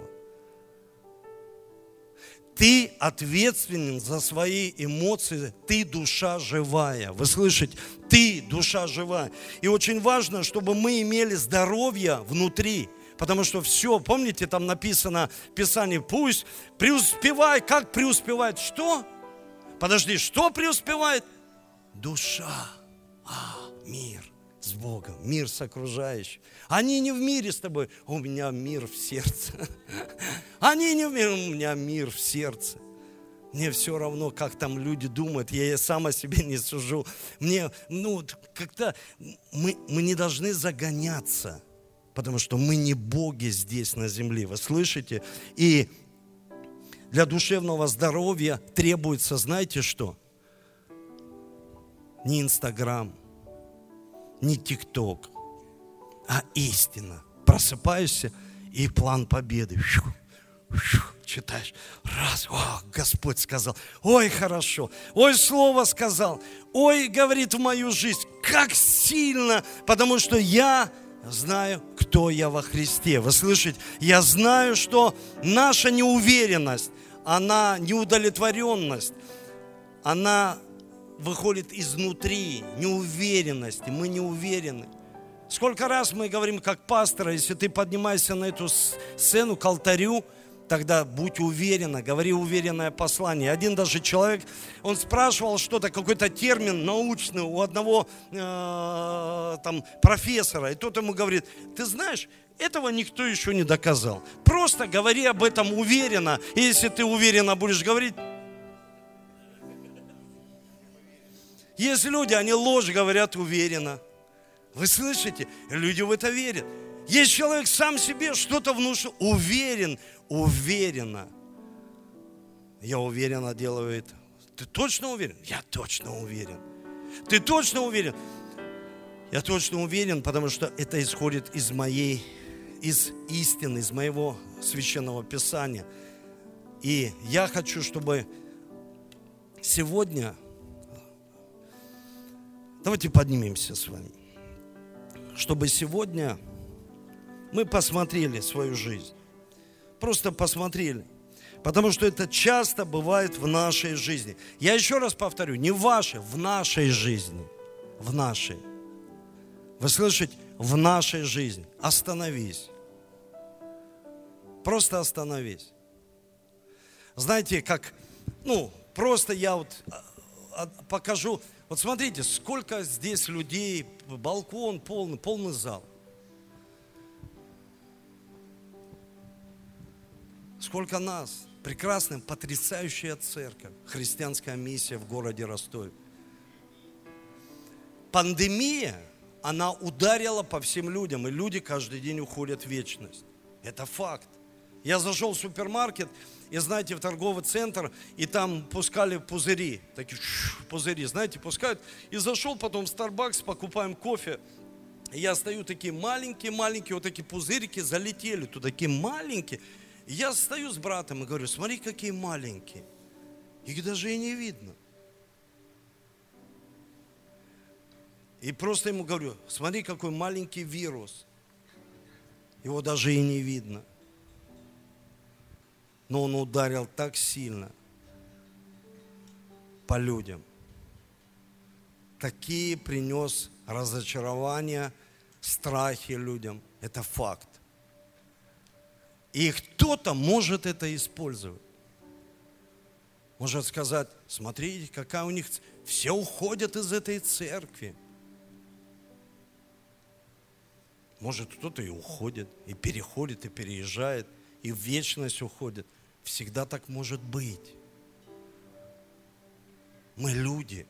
Ты ответственен за свои эмоции, ты душа живая. Вы слышите? Ты душа живая. И очень важно, чтобы мы имели здоровье внутри. Потому что все, помните, там написано в Писании, пусть преуспевай. Как преуспевает? Что? Подожди, что преуспевает? Душа. А, мир с Богом, мир с окружающим. Они не в мире с тобой, у меня мир в сердце. Они не в мире, у меня мир в сердце. Мне все равно, как там люди думают, я сам о себе не сужу. Мне, ну, как-то мы, мы не должны загоняться, потому что мы не боги здесь на земле, вы слышите? И для душевного здоровья требуется, знаете что? Не Инстаграм, не ТикТок, а истина. Просыпаешься и план победы. Фью, фью, читаешь. Раз, о, Господь сказал. Ой, хорошо. Ой, слово сказал. Ой, говорит в мою жизнь. Как сильно, потому что я знаю, кто я во Христе. Вы слышите? Я знаю, что наша неуверенность, она неудовлетворенность, она выходит изнутри, неуверенности. Мы не уверены. Сколько раз мы говорим, как пастора, если ты поднимаешься на эту сцену к алтарю, тогда будь уверена, говори уверенное послание. Один даже человек, он спрашивал что-то, какой-то термин научный у одного э, там профессора, и тот ему говорит, ты знаешь, этого никто еще не доказал. Просто говори об этом уверенно, и если ты уверенно будешь говорить, есть люди, они ложь говорят уверенно. Вы слышите? Люди в это верят. Есть человек сам себе что-то внушил. Уверен, уверенно. Я уверенно делаю это. Ты точно уверен? Я точно уверен. Ты точно уверен? Я точно уверен, потому что это исходит из моей, из истины, из моего священного писания. И я хочу, чтобы сегодня... Давайте поднимемся с вами. Чтобы сегодня мы посмотрели свою жизнь. Просто посмотрели. Потому что это часто бывает в нашей жизни. Я еще раз повторю, не в вашей, в нашей жизни. В нашей. Вы слышите? В нашей жизни. Остановись. Просто остановись. Знаете, как, ну, просто я вот покажу. Вот смотрите, сколько здесь людей, балкон полный, полный зал. Сколько нас, прекрасная, потрясающая церковь, христианская миссия в городе Ростове. Пандемия, она ударила по всем людям, и люди каждый день уходят в вечность. Это факт. Я зашел в супермаркет, и знаете, в торговый центр, и там пускали пузыри, такие пузыри, знаете, пускают. И зашел потом в Starbucks, покупаем кофе. И я стою, такие маленькие-маленькие, вот такие пузырики залетели туда, такие маленькие. И я стою с братом и говорю, смотри, какие маленькие. Их даже и не видно. И просто ему говорю, смотри, какой маленький вирус. Его даже и не видно. Но он ударил так сильно по людям. Такие принес разочарования, страхи людям. Это факт. И кто-то может это использовать. Может сказать, смотрите, какая у них... Все уходят из этой церкви. Может, кто-то и уходит, и переходит, и переезжает, и в вечность уходит. Всегда так может быть. Мы люди.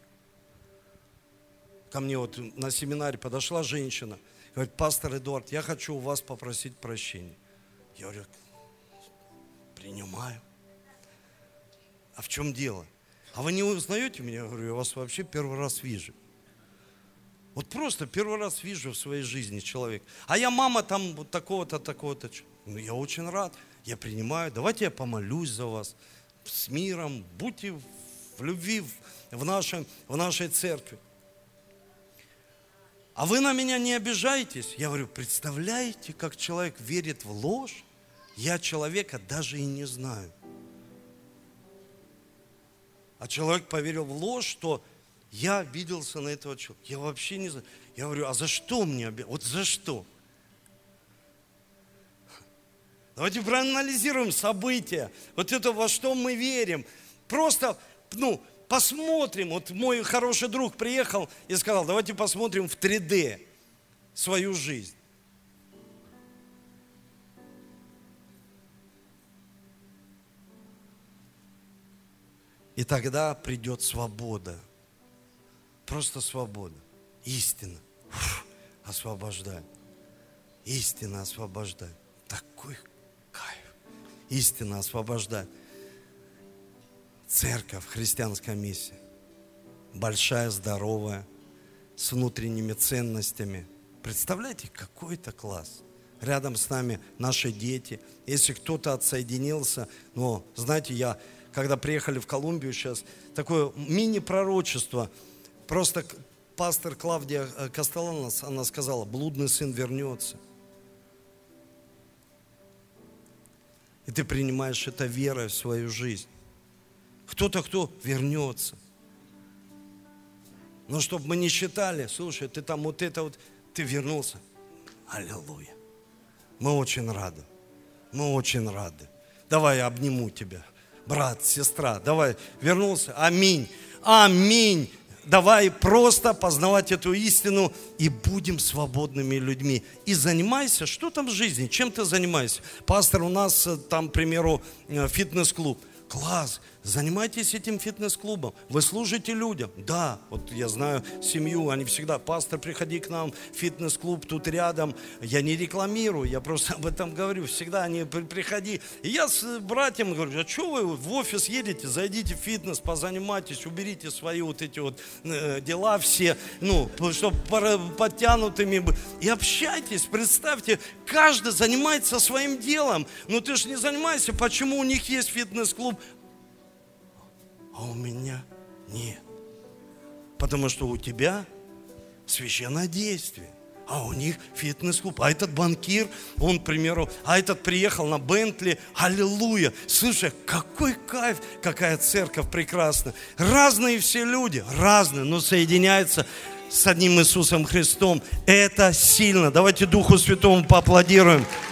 Ко мне вот на семинаре подошла женщина, говорит: пастор Эдуард, я хочу у вас попросить прощения. Я говорю: принимаю. А в чем дело? А вы не узнаете меня? Я говорю: я вас вообще первый раз вижу. Вот просто первый раз вижу в своей жизни человека. А я мама там вот такого-то, такого-то. Ну, я очень рад, я принимаю. Давайте я помолюсь за вас. С миром, будьте в любви в, нашем, в нашей церкви. А вы на меня не обижаетесь? Я говорю: представляете, как человек верит в ложь? Я человека даже и не знаю. А человек поверил в ложь, что я обиделся на этого человека. Я вообще не знаю. Я говорю: а за что мне обидеться? Вот за что? Давайте проанализируем события. Вот это, во что мы верим. Просто, ну, посмотрим. Вот мой хороший друг приехал и сказал: давайте посмотрим в три дэ свою жизнь. И тогда придет свобода. Просто свобода. Истина. Фу, освобождает. Истина освобождает. Такой кайф. Истина освобождает. Церковь, христианская миссия. Большая, здоровая, с внутренними ценностями. Представляете, какой это класс. Рядом с нами наши дети. Если кто-то отсоединился, но, знаете, я, когда приехали в Колумбию сейчас, такое мини-пророчество. Просто пастор Клавдия Кастеланос, она сказала: блудный сын вернется. И ты принимаешь это верой в свою жизнь. Кто-то, кто вернется. Но чтобы мы не считали: слушай, ты там вот это вот, ты вернулся. Аллилуйя. Мы очень рады. Мы очень рады. Давай я обниму тебя. Брат, сестра, давай, вернулся. Аминь. Аминь. Давай просто познавать эту истину и будем свободными людьми. И занимайся, что там в жизни, чем ты занимаешься? Пастор, у нас там, к примеру, фитнес-клуб. Класс, занимайтесь этим фитнес-клубом. Вы служите людям. Да, вот я знаю семью, они всегда: пастор, приходи к нам, фитнес-клуб тут рядом. Я не рекламирую, я просто об этом говорю. Всегда они: приходи. И я с братьям говорю: а что вы в офис едете? Зайдите в фитнес, позанимайтесь, уберите свои вот эти вот э, дела все, ну, чтобы подтянутыми быть. И общайтесь, представьте, каждый занимается своим делом. Но ты же не занимайся, почему у них есть фитнес-клуб, а у меня нет. Потому что у тебя священное действие, а у них фитнес-клуб. А этот банкир, он, к примеру, а этот приехал на Бентли. Аллилуйя. Слушай, какой кайф, какая церковь прекрасная. Разные все люди, разные, но соединяются с одним Иисусом Христом. Это сильно. Давайте Духу Святому поаплодируем.